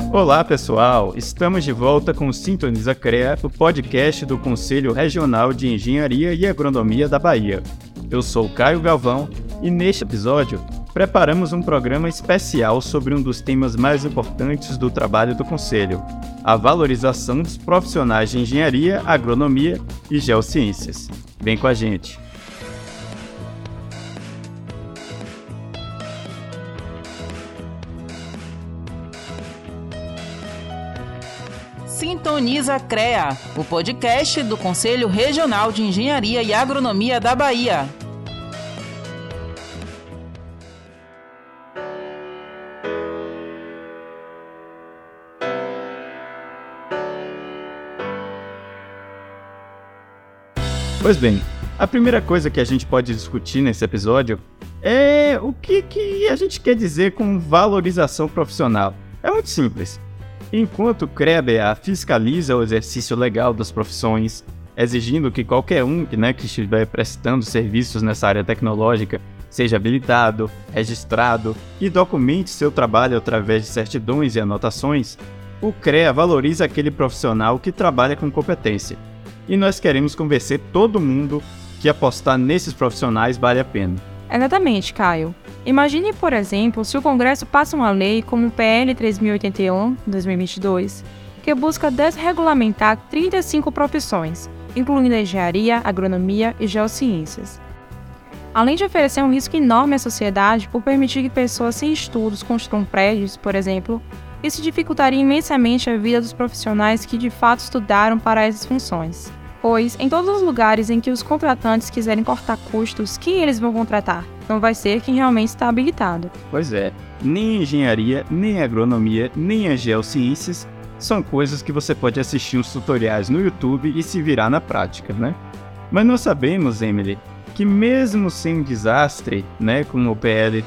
Olá pessoal, estamos de volta com o Sintoniza CREA, o podcast do Conselho Regional de Engenharia e Agronomia da Bahia. Eu sou Caio Galvão e neste episódio preparamos um programa especial sobre um dos temas mais importantes do trabalho do Conselho, a valorização dos profissionais de engenharia, agronomia e geociências. Vem com a gente! Sintoniza CREA, o podcast do Conselho Regional de Engenharia e Agronomia da Bahia. Pois bem, a primeira coisa que a gente pode discutir nesse episódio é o que a gente quer dizer com valorização profissional. É muito simples. Enquanto o CREA-BA fiscaliza o exercício legal das profissões, exigindo que qualquer um que estiver prestando serviços nessa área tecnológica seja habilitado, registrado e documente seu trabalho através de certidões e anotações, o CREA valoriza aquele profissional que trabalha com competência. E nós queremos convencer todo mundo que apostar nesses profissionais vale a pena. Exatamente, Caio. Imagine, por exemplo, se o Congresso passa uma lei como o PL 3081/2022, que busca desregulamentar 35 profissões, incluindo a engenharia, agronomia e geociências. Além de oferecer um risco enorme à sociedade por permitir que pessoas sem estudos construam prédios, por exemplo, isso dificultaria imensamente a vida dos profissionais que de fato estudaram para essas funções. Pois, em todos os lugares em que os contratantes quiserem cortar custos, quem eles vão contratar? Não vai ser quem realmente está habilitado. Pois é, nem a engenharia, nem a agronomia, nem as geociências são coisas que você pode assistir uns tutoriais no YouTube e se virar na prática, né? Mas nós sabemos, Emily, que mesmo sem um desastre, como o PL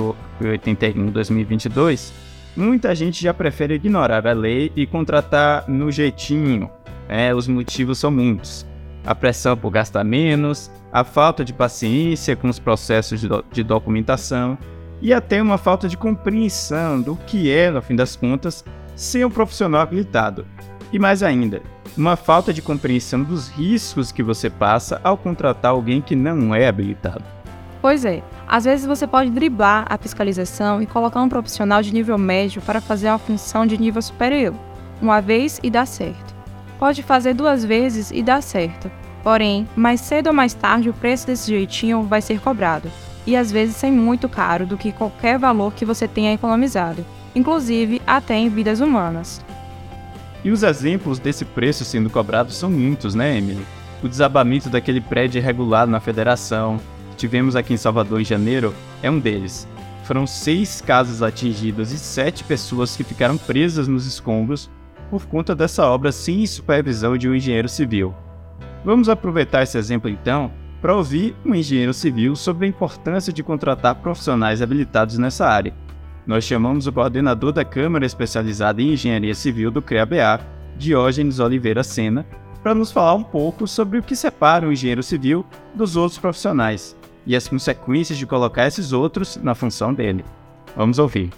3081/2022, muita gente já prefere ignorar a lei e contratar no jeitinho. Os motivos são muitos. A pressão por gastar menos, a falta de paciência com os processos de documentação e até uma falta de compreensão do que é, no fim das contas, ser um profissional habilitado. E mais ainda, uma falta de compreensão dos riscos que você passa ao contratar alguém que não é habilitado. Pois é, às vezes você pode driblar a fiscalização e colocar um profissional de nível médio para fazer uma função de nível superior, uma vez e dá certo. Pode fazer 2 vezes e dá certo. Porém, mais cedo ou mais tarde o preço desse jeitinho vai ser cobrado. E às vezes sai muito caro do que qualquer valor que você tenha economizado. Inclusive até em vidas humanas. E os exemplos desse preço sendo cobrado são muitos, Emily? O desabamento daquele prédio irregular na Federação, que tivemos aqui em Salvador em janeiro, é um deles. Foram 6 casas atingidas e 7 pessoas que ficaram presas nos escombros por conta dessa obra sem supervisão de um engenheiro civil. Vamos aproveitar esse exemplo então para ouvir um engenheiro civil sobre a importância de contratar profissionais habilitados nessa área. Nós chamamos o coordenador da Câmara Especializada em Engenharia Civil do CREA-BA, Diógenes Oliveira Sena, para nos falar um pouco sobre o que separa o engenheiro civil dos outros profissionais e as consequências de colocar esses outros na função dele. Vamos ouvir.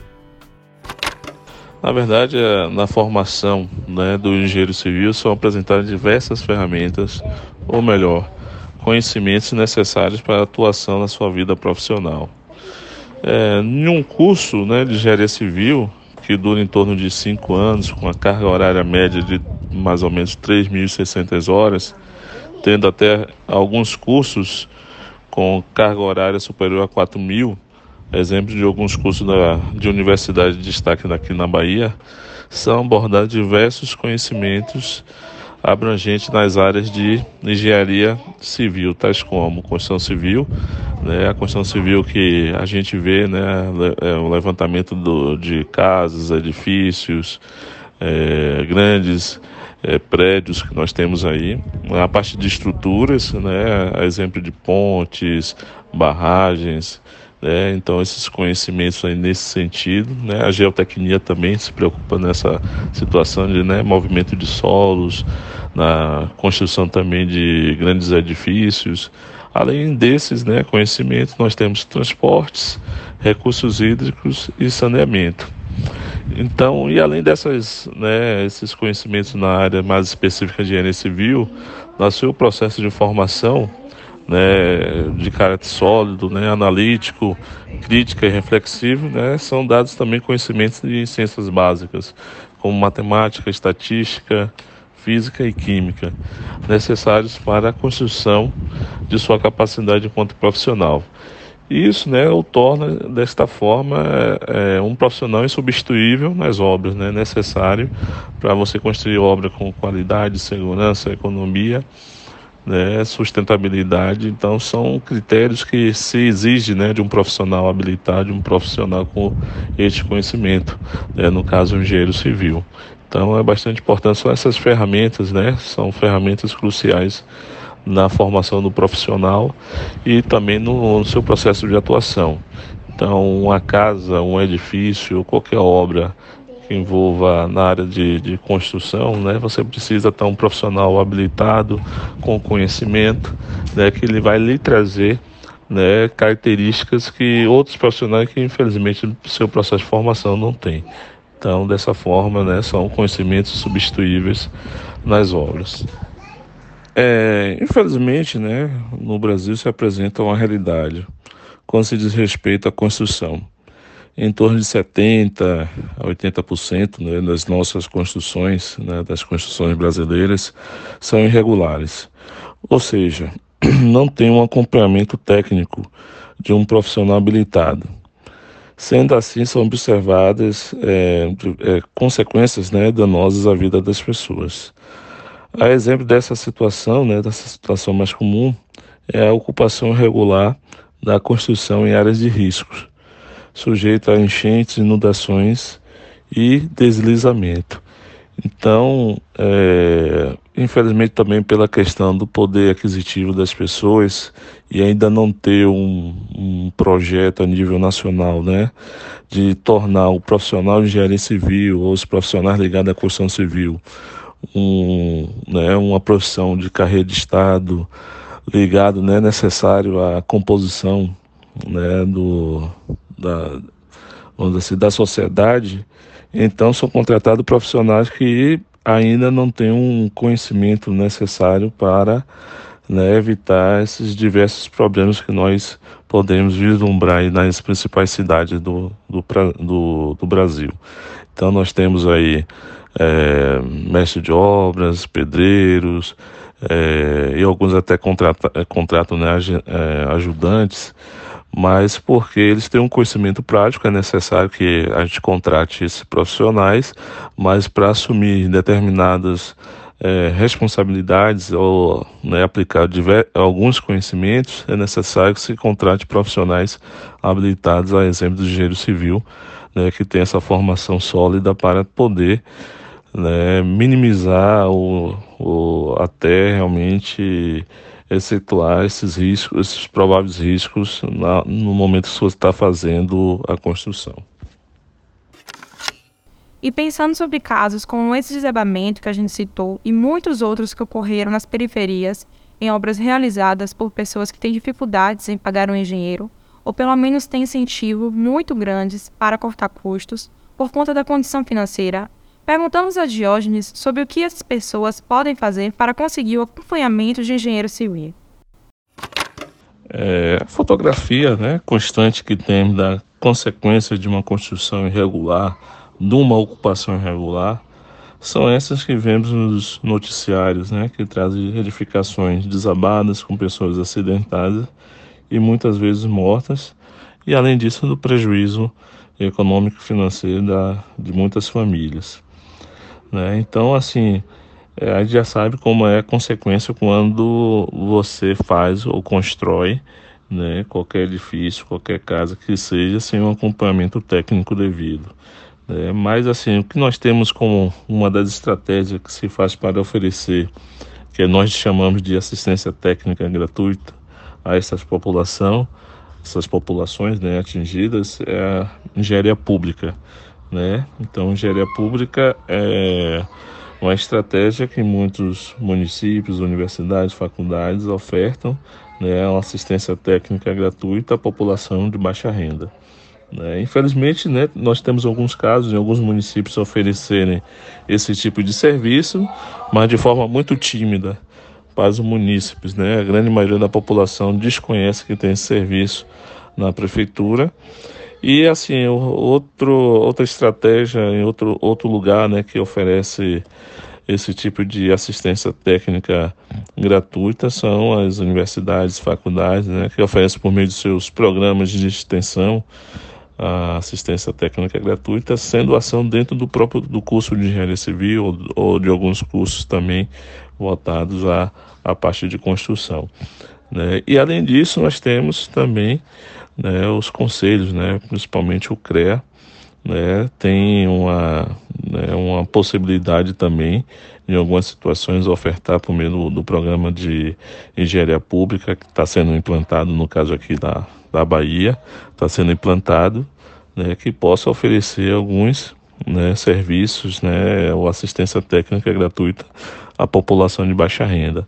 Na verdade, na formação do engenheiro civil são apresentadas diversas ferramentas, ou melhor, conhecimentos necessários para a atuação na sua vida profissional. Em um curso de engenharia civil, que dura em torno de 5 anos, com a carga horária média de mais ou menos 3.600 horas, tendo até alguns cursos com carga horária superior a 4.000, exemplos de alguns cursos de universidade de destaque aqui na Bahia, são abordados diversos conhecimentos abrangentes nas áreas de engenharia civil, tais como construção civil, a construção civil que a gente vê, o levantamento de casas, edifícios, grandes prédios que nós temos aí, a parte de estruturas, exemplo de pontes, barragens. Então esses conhecimentos aí nesse sentido, a geotecnia também se preocupa nessa situação de movimento de solos, na construção também de grandes edifícios. Além desses conhecimentos, nós temos transportes, recursos hídricos e saneamento. Então, e além dessas, né, esses conhecimentos na área mais específica de engenharia civil, no seu processo de formação, né, de caráter sólido, né, analítico, crítica e reflexivo, né, são dados também conhecimentos de ciências básicas, como matemática, estatística, física e química, necessários para a construção de sua capacidade enquanto profissional. E isso, né, o torna, desta forma, um profissional insubstituível nas obras, né, necessário para você construir obra com qualidade, segurança, economia, né, sustentabilidade. Então são critérios que se exige, né, de um profissional habilitado, de um profissional com este conhecimento, né, no caso o engenheiro civil. Então é bastante importante, são essas ferramentas, né, são ferramentas cruciais na formação do profissional e também no seu processo de atuação. Então uma casa, um edifício, qualquer obra que envolva na área de construção, né, você precisa estar um profissional habilitado, com conhecimento, né, que ele vai lhe trazer, né, características que outros profissionais que infelizmente no seu processo de formação não têm. Então, dessa forma, né, são conhecimentos substituíveis nas obras. Infelizmente, né, no Brasil se apresenta uma realidade quando se diz respeito à construção. Em torno de 70% a 80%, né, das nossas construções, né, das construções brasileiras, são irregulares. Ou seja, não tem um acompanhamento técnico de um profissional habilitado. Sendo assim, são observadas consequências, né, danosas à vida das pessoas. A exemplo dessa situação, né, dessa situação mais comum, é a ocupação irregular da construção em áreas de riscos, sujeita a enchentes, inundações e deslizamento. Então, infelizmente também pela questão do poder aquisitivo das pessoas e ainda não ter um projeto a nível nacional, né, de tornar o profissional de engenharia civil ou os profissionais ligados à construção civil uma profissão de carreira de Estado ligado, né, necessário à composição, né, vamos dizer assim, da sociedade. Então são contratados profissionais que ainda não têm um conhecimento necessário para, né, evitar esses diversos problemas que nós podemos vislumbrar aí nas principais cidades do Brasil. Então nós temos aí mestre de obras, pedreiros, e alguns até contratam, né, ajudantes, mas porque eles têm um conhecimento prático, é necessário que a gente contrate esses profissionais, mas para assumir determinadas responsabilidades ou, né, aplicar alguns conhecimentos, é necessário que se contrate profissionais habilitados, a exemplo do engenheiro civil, né, que tem essa formação sólida para poder, né, minimizar ou até realmente excetuar esses riscos, esses prováveis riscos no momento que você está fazendo a construção. E pensando sobre casos como esse desabamento que a gente citou e muitos outros que ocorreram nas periferias em obras realizadas por pessoas que têm dificuldades em pagar um engenheiro ou pelo menos têm incentivos muito grandes para cortar custos por conta da condição financeira, perguntamos a Diógenes sobre o que as pessoas podem fazer para conseguir o acompanhamento de engenheiro civil. A fotografia, né, constante que temos da consequência de uma construção irregular, de uma ocupação irregular, são essas que vemos nos noticiários, né, que trazem edificações desabadas com pessoas acidentadas e muitas vezes mortas, e além disso do prejuízo econômico e financeiro de muitas famílias. Né? Então, assim, a gente já sabe como é a consequência quando você faz ou constrói, né, qualquer edifício, qualquer casa que seja, sem um acompanhamento técnico devido. Mas, assim, o que nós temos como uma das estratégias que se faz para oferecer, que nós chamamos de assistência técnica gratuita a essas populações, né, atingidas, é a engenharia pública. Né? Então, engenharia pública é uma estratégia que muitos municípios, universidades, faculdades ofertam, né, uma assistência técnica gratuita à população de baixa renda. né? Infelizmente, né, nós temos alguns casos em alguns municípios oferecerem esse tipo de serviço, mas de forma muito tímida para os munícipes, né? A grande maioria da população desconhece que tem esse serviço na prefeitura. E assim, outra estratégia em outro lugar, né, que oferece esse tipo de assistência técnica gratuita são as universidades, faculdades, né, que oferecem por meio de seus programas de extensão a assistência técnica gratuita, sendo ação dentro do curso de engenharia civil ou de alguns cursos também voltados à parte de construção, né? E além disso, nós temos também, né, os conselhos, né, principalmente o CREA, né, tem uma possibilidade também, em algumas situações, ofertar por meio do programa de engenharia pública que está sendo implantado, no caso aqui da Bahia, está sendo implantado, né, que possa oferecer alguns, né, serviços, né, ou assistência técnica gratuita à população de baixa renda.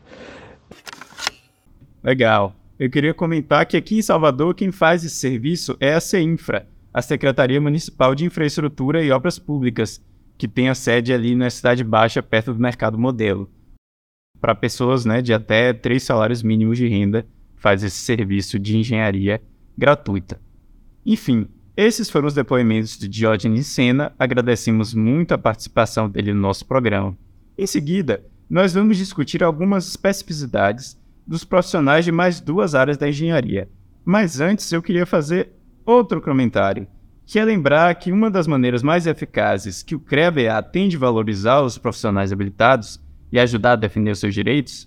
Legal. Eu queria comentar que aqui em Salvador quem faz esse serviço é a CEINFRA, a Secretaria Municipal de Infraestrutura e Obras Públicas, que tem a sede ali na Cidade Baixa, perto do Mercado Modelo. Para pessoas, né, de até 3 salários mínimos de renda, faz esse serviço de engenharia gratuita. Enfim, esses foram os depoimentos de Diógenes Sena. Agradecemos muito a participação dele no nosso programa. Em seguida, nós vamos discutir algumas especificidades dos profissionais de mais 2 áreas da engenharia. Mas antes eu queria fazer outro comentário, que é lembrar que uma das maneiras mais eficazes que o CREA-BA tem de valorizar os profissionais habilitados e ajudar a defender os seus direitos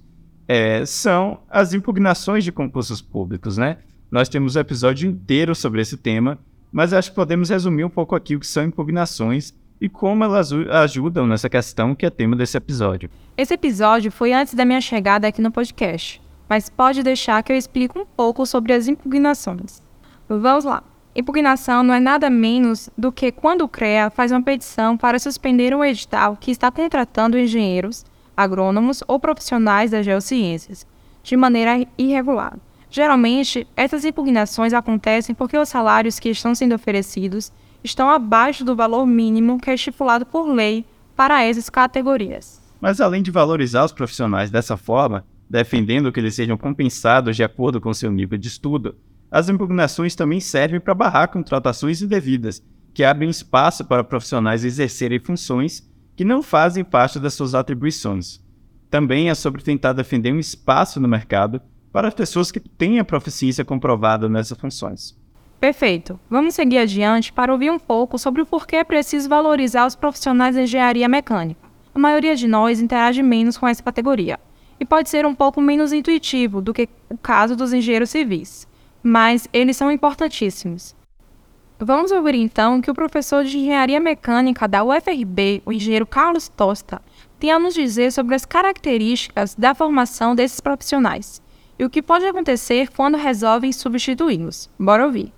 são as impugnações de concursos públicos, né? Nós temos um episódio inteiro sobre esse tema, mas acho que podemos resumir um pouco aqui o que são impugnações e como elas ajudam nessa questão que é tema desse episódio. Esse episódio foi antes da minha chegada aqui no podcast, mas pode deixar que eu explique um pouco sobre as impugnações. Vamos lá. Impugnação não é nada menos do que quando o CREA faz uma petição para suspender um edital que está contratando engenheiros, agrônomos ou profissionais das geociências, de maneira irregular. Geralmente, essas impugnações acontecem porque os salários que estão sendo oferecidos estão abaixo do valor mínimo que é estipulado por lei para essas categorias. Mas além de valorizar os profissionais dessa forma, defendendo que eles sejam compensados de acordo com seu nível de estudo, as impugnações também servem para barrar contratações indevidas, que abrem espaço para profissionais exercerem funções que não fazem parte das suas atribuições. Também é sobre tentar defender um espaço no mercado para as pessoas que têm a proficiência comprovada nessas funções. Perfeito. Vamos seguir adiante para ouvir um pouco sobre o porquê é preciso valorizar os profissionais da engenharia mecânica. A maioria de nós interage menos com essa categoria, e pode ser um pouco menos intuitivo do que o caso dos engenheiros civis, mas eles são importantíssimos. Vamos ouvir então que o professor de engenharia mecânica da UFRB, o engenheiro Carlos Tosta, tem a nos dizer sobre as características da formação desses profissionais e o que pode acontecer quando resolvem substituí-los. Bora ouvir.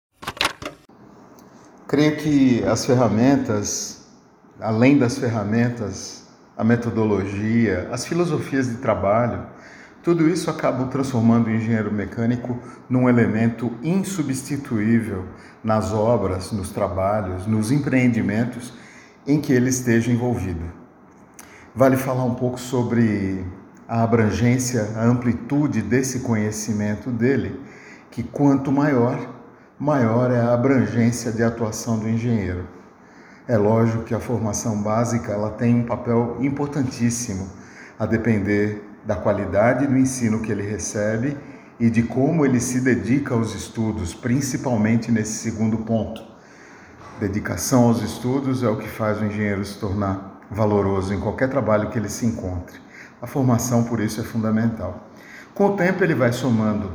Creio que as ferramentas, além das ferramentas, a metodologia, as filosofias de trabalho, tudo isso acaba transformando o engenheiro mecânico num elemento insubstituível nas obras, nos trabalhos, nos empreendimentos em que ele esteja envolvido. Vale falar um pouco sobre a abrangência, a amplitude desse conhecimento dele, que quanto maior é a abrangência de atuação do engenheiro. É lógico que a formação básica ela tem um papel importantíssimo, a depender da qualidade do ensino que ele recebe e de como ele se dedica aos estudos, principalmente nesse segundo ponto. Dedicação aos estudos é o que faz o engenheiro se tornar valoroso em qualquer trabalho que ele se encontre. A formação, por isso, é fundamental. Com o tempo, ele vai somando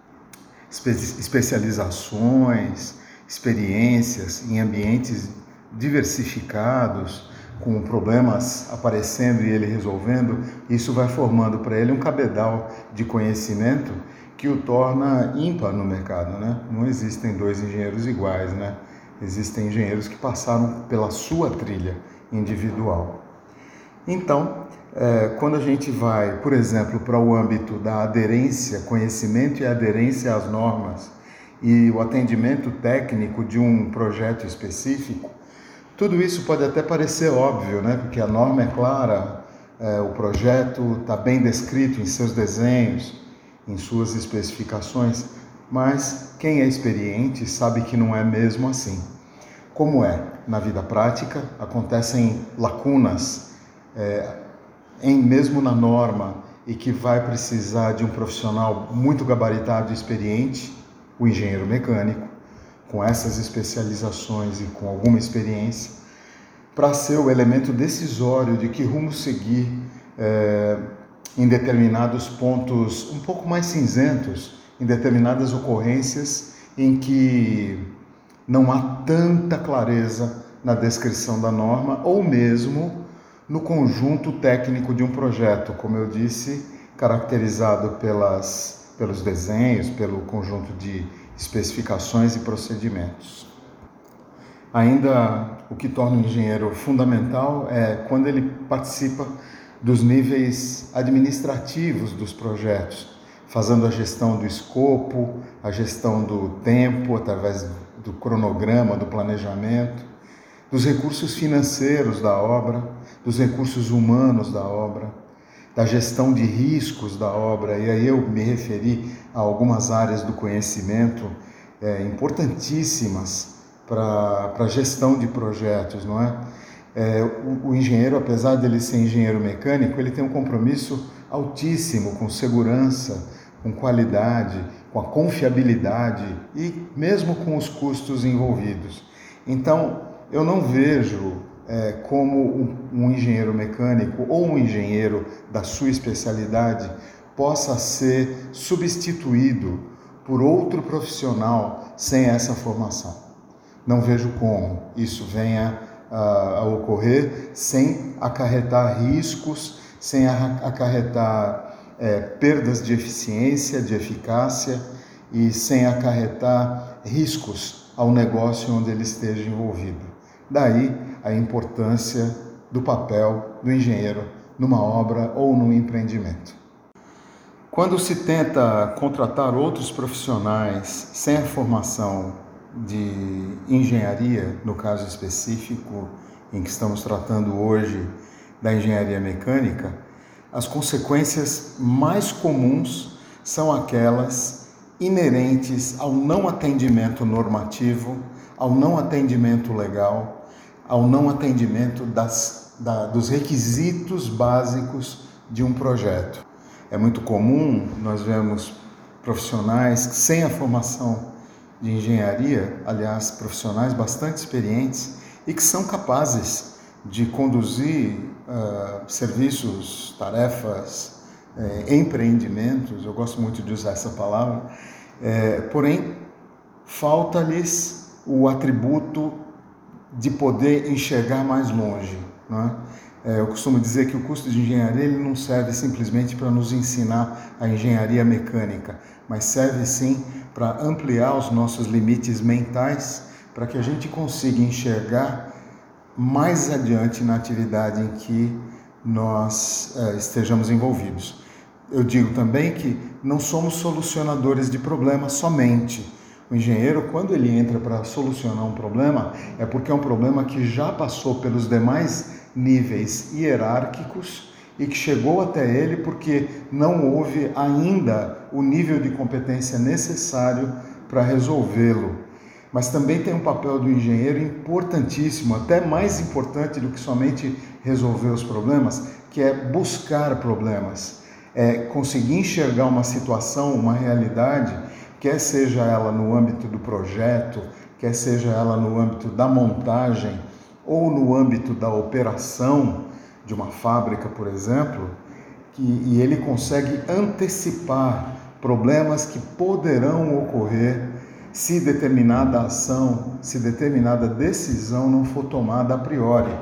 especializações, experiências em ambientes diversificados, com problemas aparecendo e ele resolvendo. Isso vai formando para ele um cabedal de conhecimento que o torna ímpar no mercado, né? Não existem 2 engenheiros iguais, né? Existem engenheiros que passaram pela sua trilha individual. Então, quando a gente vai, por exemplo, para o âmbito da aderência, conhecimento e aderência às normas e o atendimento técnico de um projeto específico, tudo isso pode até parecer óbvio, né? Porque a norma é clara, o projeto está bem descrito em seus desenhos, em suas especificações, mas quem é experiente sabe que não é mesmo assim. Como é na vida prática, acontecem lacunas mesmo na norma e que vai precisar de um profissional muito gabaritado e experiente, o engenheiro mecânico, com essas especializações e com alguma experiência, para ser o elemento decisório de que rumo seguir em determinados pontos um pouco mais cinzentos, em determinadas ocorrências em que não há tanta clareza na descrição da norma ou mesmo no conjunto técnico de um projeto, como eu disse, caracterizado pelos desenhos, pelo conjunto de especificações e procedimentos. Ainda o que torna o engenheiro fundamental é quando ele participa dos níveis administrativos dos projetos, fazendo a gestão do escopo, a gestão do tempo através do cronograma, do planejamento, dos recursos financeiros da obra, dos recursos humanos da obra, da gestão de riscos da obra. E aí eu me referi a algumas áreas do conhecimento importantíssimas para a gestão de projetos, não é? O engenheiro, apesar de ele ser engenheiro mecânico, ele tem um compromisso altíssimo com segurança, com qualidade, com a confiabilidade e mesmo com os custos envolvidos. Então, eu não vejo como um engenheiro mecânico ou um engenheiro da sua especialidade possa ser substituído por outro profissional sem essa formação. Não vejo como isso venha a ocorrer sem acarretar riscos, sem acarretar perdas de eficiência, de eficácia e sem acarretar riscos ao negócio onde ele esteja envolvido. Daí a importância do papel do engenheiro numa obra ou num empreendimento. Quando se tenta contratar outros profissionais sem a formação de engenharia, no caso específico em que estamos tratando hoje da engenharia mecânica, as consequências mais comuns são aquelas inerentes ao não atendimento normativo, ao não atendimento legal, ao não atendimento dos requisitos básicos de um projeto. É muito comum nós vemos profissionais sem a formação de engenharia, aliás, profissionais bastante experientes e que são capazes de conduzir serviços, tarefas, empreendimentos, eu gosto muito de usar essa palavra, porém, falta-lhes o atributo de poder enxergar mais longe, não é? Eu costumo dizer que o curso de engenharia ele não serve simplesmente para nos ensinar a engenharia mecânica, mas serve sim para ampliar os nossos limites mentais, para que a gente consiga enxergar mais adiante na atividade em que nós estejamos envolvidos. Eu digo também que não somos solucionadores de problemas somente. O engenheiro, quando ele entra para solucionar um problema, é porque é um problema que já passou pelos demais níveis hierárquicos e que chegou até ele porque não houve ainda o nível de competência necessário para resolvê-lo. Mas também tem um papel do engenheiro importantíssimo, até mais importante do que somente resolver os problemas, que é buscar problemas, conseguir enxergar uma situação, uma realidade, quer seja ela no âmbito do projeto, quer seja ela no âmbito da montagem ou no âmbito da operação de uma fábrica, por exemplo, e ele consegue antecipar problemas que poderão ocorrer se determinada ação, se determinada decisão não for tomada a priori.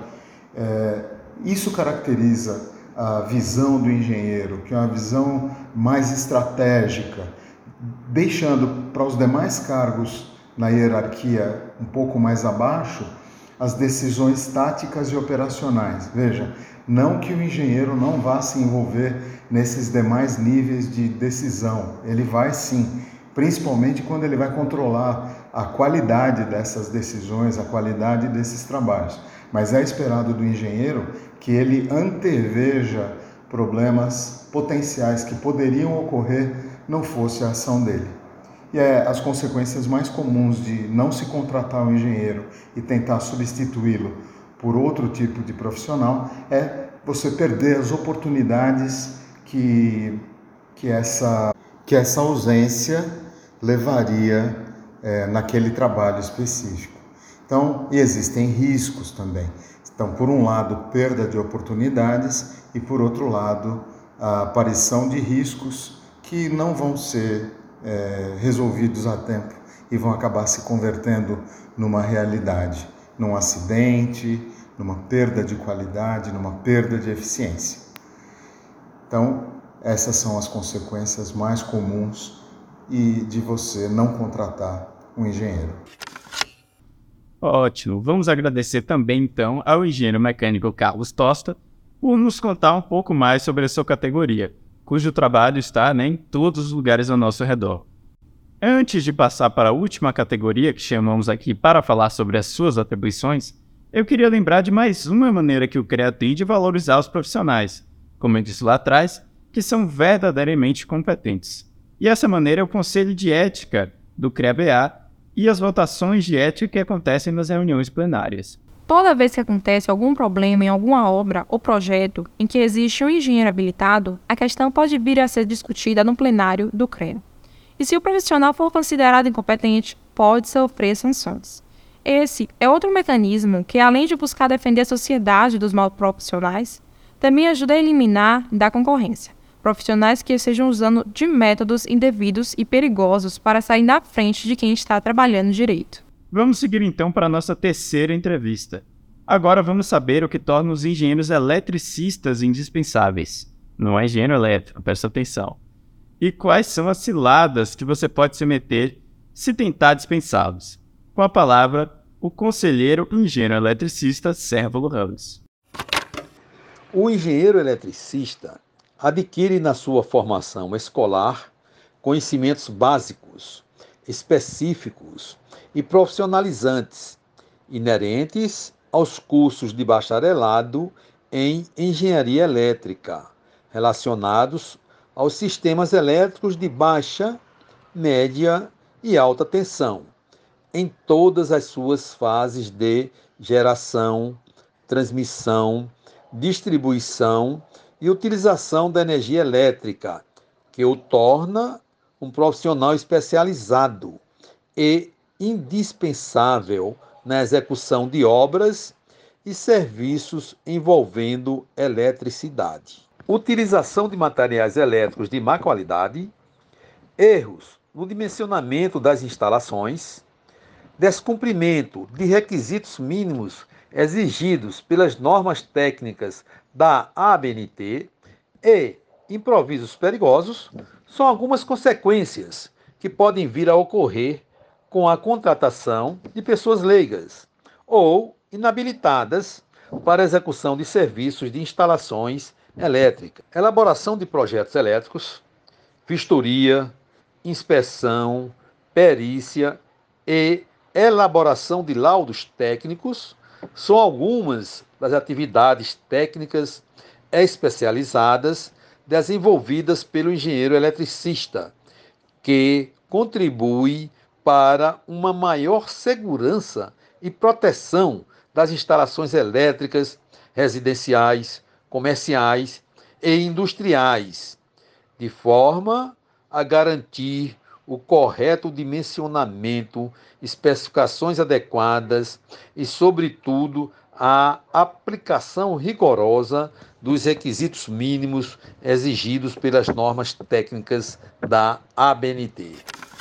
Isso caracteriza a visão do engenheiro, que é uma visão mais estratégica, deixando para os demais cargos na hierarquia um pouco mais abaixo as decisões táticas e operacionais. Veja, não que o engenheiro não vá se envolver nesses demais níveis de decisão, ele vai sim, principalmente quando ele vai controlar a qualidade dessas decisões, a qualidade desses trabalhos. Mas é esperado do engenheiro que ele anteveja problemas potenciais que poderiam ocorrer não fosse a ação dele. E as consequências mais comuns de não se contratar um engenheiro e tentar substituí-lo por outro tipo de profissional é você perder as oportunidades que essa ausência levaria naquele trabalho específico. Então, existem riscos também. Então, por um lado, perda de oportunidades e, por outro lado, a aparição de riscos que não vão ser resolvidos a tempo e vão acabar se convertendo numa realidade, num acidente, numa perda de qualidade, numa perda de eficiência. Então, essas são as consequências mais comuns de você não contratar um engenheiro. Ótimo, vamos agradecer também então ao engenheiro mecânico Carlos Tosta por nos contar um pouco mais sobre a sua categoria, cujo trabalho está em todos os lugares ao nosso redor. Antes de passar para a última categoria que chamamos aqui para falar sobre as suas atribuições, eu queria lembrar de mais uma maneira que o CREA tem de valorizar os profissionais, como eu disse lá atrás, que são verdadeiramente competentes. E essa maneira é o Conselho de Ética do CREA-BA e as votações de ética que acontecem nas reuniões plenárias. Toda vez que acontece algum problema em alguma obra ou projeto em que existe um engenheiro habilitado, a questão pode vir a ser discutida no plenário do CREA. E se o profissional for considerado incompetente, pode sofrer sanções. Esse é outro mecanismo que, além de buscar defender a sociedade dos maus profissionais, também ajuda a eliminar da concorrência profissionais que estejam usando de métodos indevidos e perigosos para sair na frente de quem está trabalhando direito. Vamos seguir então para a nossa terceira entrevista. Agora vamos saber o que torna os engenheiros eletricistas indispensáveis. Não é engenheiro elétrico, presta atenção. E quais são as ciladas que você pode se meter se tentar dispensá-los. Com a palavra, o conselheiro engenheiro eletricista Sérvulo Ramos. O engenheiro eletricista adquire na sua formação escolar conhecimentos básicos, específicos e profissionalizantes, inerentes aos cursos de bacharelado em engenharia elétrica, relacionados aos sistemas elétricos de baixa, média e alta tensão, em todas as suas fases de geração, transmissão, distribuição e utilização da energia elétrica, que o torna um profissional especializado e indispensável na execução de obras e serviços envolvendo eletricidade. Utilização de materiais elétricos de má qualidade, erros no dimensionamento das instalações, descumprimento de requisitos mínimos exigidos pelas normas técnicas da ABNT e improvisos perigosos são algumas consequências que podem vir a ocorrer com a contratação de pessoas leigas ou inabilitadas para a execução de serviços de instalações elétricas, elaboração de projetos elétricos, vistoria, inspeção, perícia e elaboração de laudos técnicos são algumas das atividades técnicas especializadas desenvolvidas pelo engenheiro eletricista, que contribui para uma maior segurança e proteção das instalações elétricas residenciais, comerciais e industriais, de forma a garantir o correto dimensionamento, especificações adequadas e, sobretudo, a aplicação rigorosa dos requisitos mínimos exigidos pelas normas técnicas da ABNT.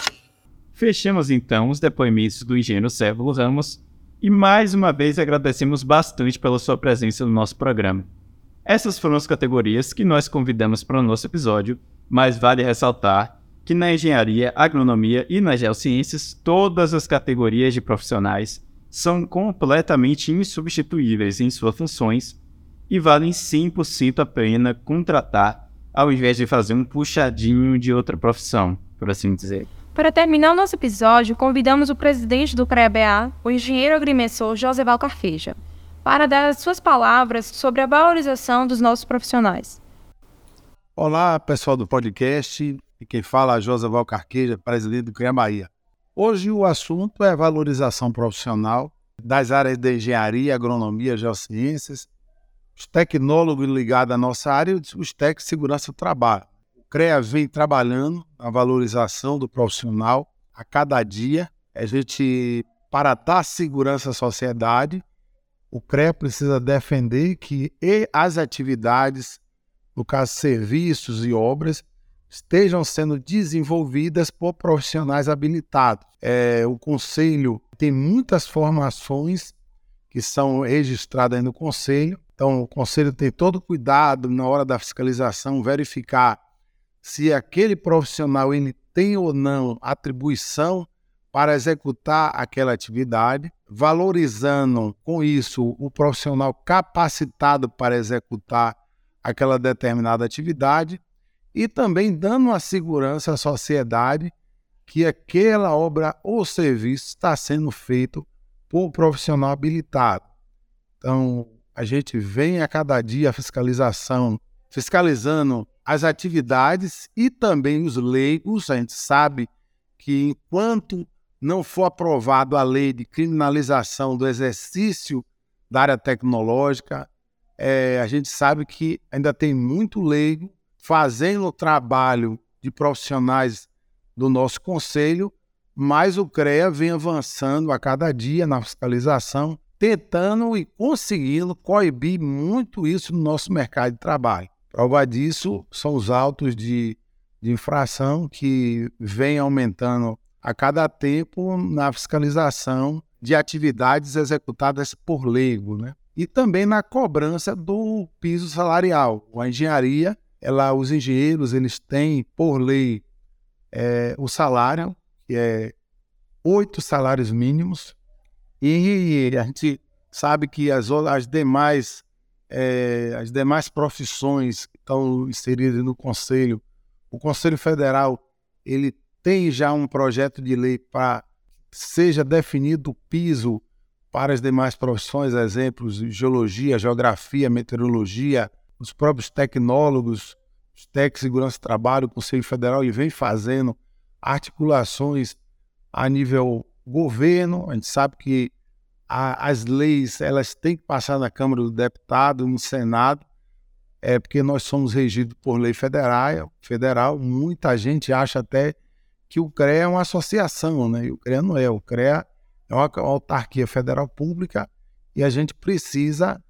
Fechamos então os depoimentos do engenheiro Sérvulo Ramos e mais uma vez agradecemos bastante pela sua presença no nosso programa. Essas foram as categorias que nós convidamos para o nosso episódio, mas vale ressaltar que na engenharia, agronomia e nas geociências, todas as categorias de profissionais são completamente insubstituíveis em suas funções e valem 100% a pena contratar, ao invés de fazer um puxadinho de outra profissão, por assim dizer. Para terminar o nosso episódio, convidamos o presidente do CREA-BA, o engenheiro agrimensor Josival Carqueja, para dar as suas palavras sobre a valorização dos nossos profissionais. Olá, pessoal do podcast, e quem fala é Josival Carqueja, presidente do CREA Bahia. Hoje o assunto é a valorização profissional das áreas de engenharia, agronomia, geociências, os tecnólogos ligados à nossa área e os técnicos de segurança do trabalho. O CREA vem trabalhando a valorização do profissional a cada dia. A gente, para dar segurança à sociedade, o CREA precisa defender que as atividades, no caso serviços e obras, estejam sendo desenvolvidas por profissionais habilitados. O Conselho tem muitas formações que são registradas aí no Conselho. Então, o Conselho tem todo cuidado na hora da fiscalização, verificar se aquele profissional ele tem ou não atribuição para executar aquela atividade, valorizando com isso o profissional capacitado para executar aquela determinada atividade e também dando uma segurança à sociedade que aquela obra ou serviço está sendo feito por um profissional habilitado. Então, a gente vem a cada dia a fiscalizando as atividades e também os leigos. A gente sabe que enquanto não for aprovado a lei de criminalização do exercício da área tecnológica, a gente sabe que ainda tem muito leigo fazendo o trabalho de profissionais do nosso conselho, mas o CREA vem avançando a cada dia na fiscalização, tentando e conseguindo coibir muito isso no nosso mercado de trabalho. Prova disso são os autos de infração que vêm aumentando a cada tempo na fiscalização de atividades executadas por leigo, né? E também na cobrança do piso salarial. A engenharia, os engenheiros eles têm por lei o salário, que é 8 salários mínimos, e a gente sabe que as demais profissões que estão inseridas no Conselho, o Conselho Federal ele tem já um projeto de lei para seja definido o piso para as demais profissões, exemplos de geologia, geografia, meteorologia, os próprios tecnólogos, os técnicos de segurança do trabalho, o Conselho Federal ele vem fazendo articulações a nível governo. A gente sabe que as leis elas têm que passar na Câmara do Deputado, no Senado, porque nós somos regidos por lei federal. Muita gente acha até que o CREA é uma associação, né? E o CREA não é. O CREA é uma autarquia federal pública e a gente precisa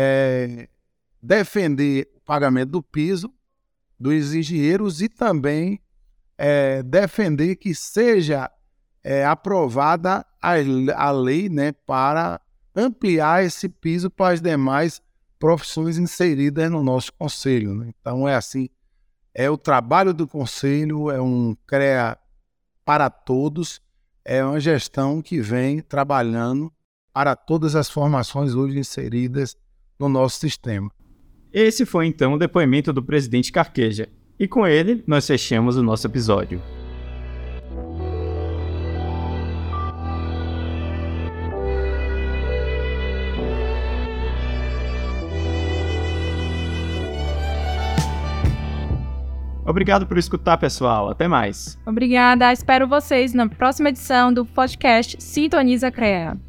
defender o pagamento do piso dos engenheiros e também defender que seja aprovada a lei, né, para ampliar esse piso para as demais profissões inseridas no nosso conselho, né? Então é assim, o trabalho do conselho, é um CREA para todos, é uma gestão que vem trabalhando para todas as formações hoje inseridas no nosso sistema. Esse foi então o depoimento do presidente Carqueja, e com ele nós fechamos o nosso episódio. Obrigado por escutar, pessoal. Até mais. Obrigada. Espero vocês na próxima edição do podcast Sintoniza CREA.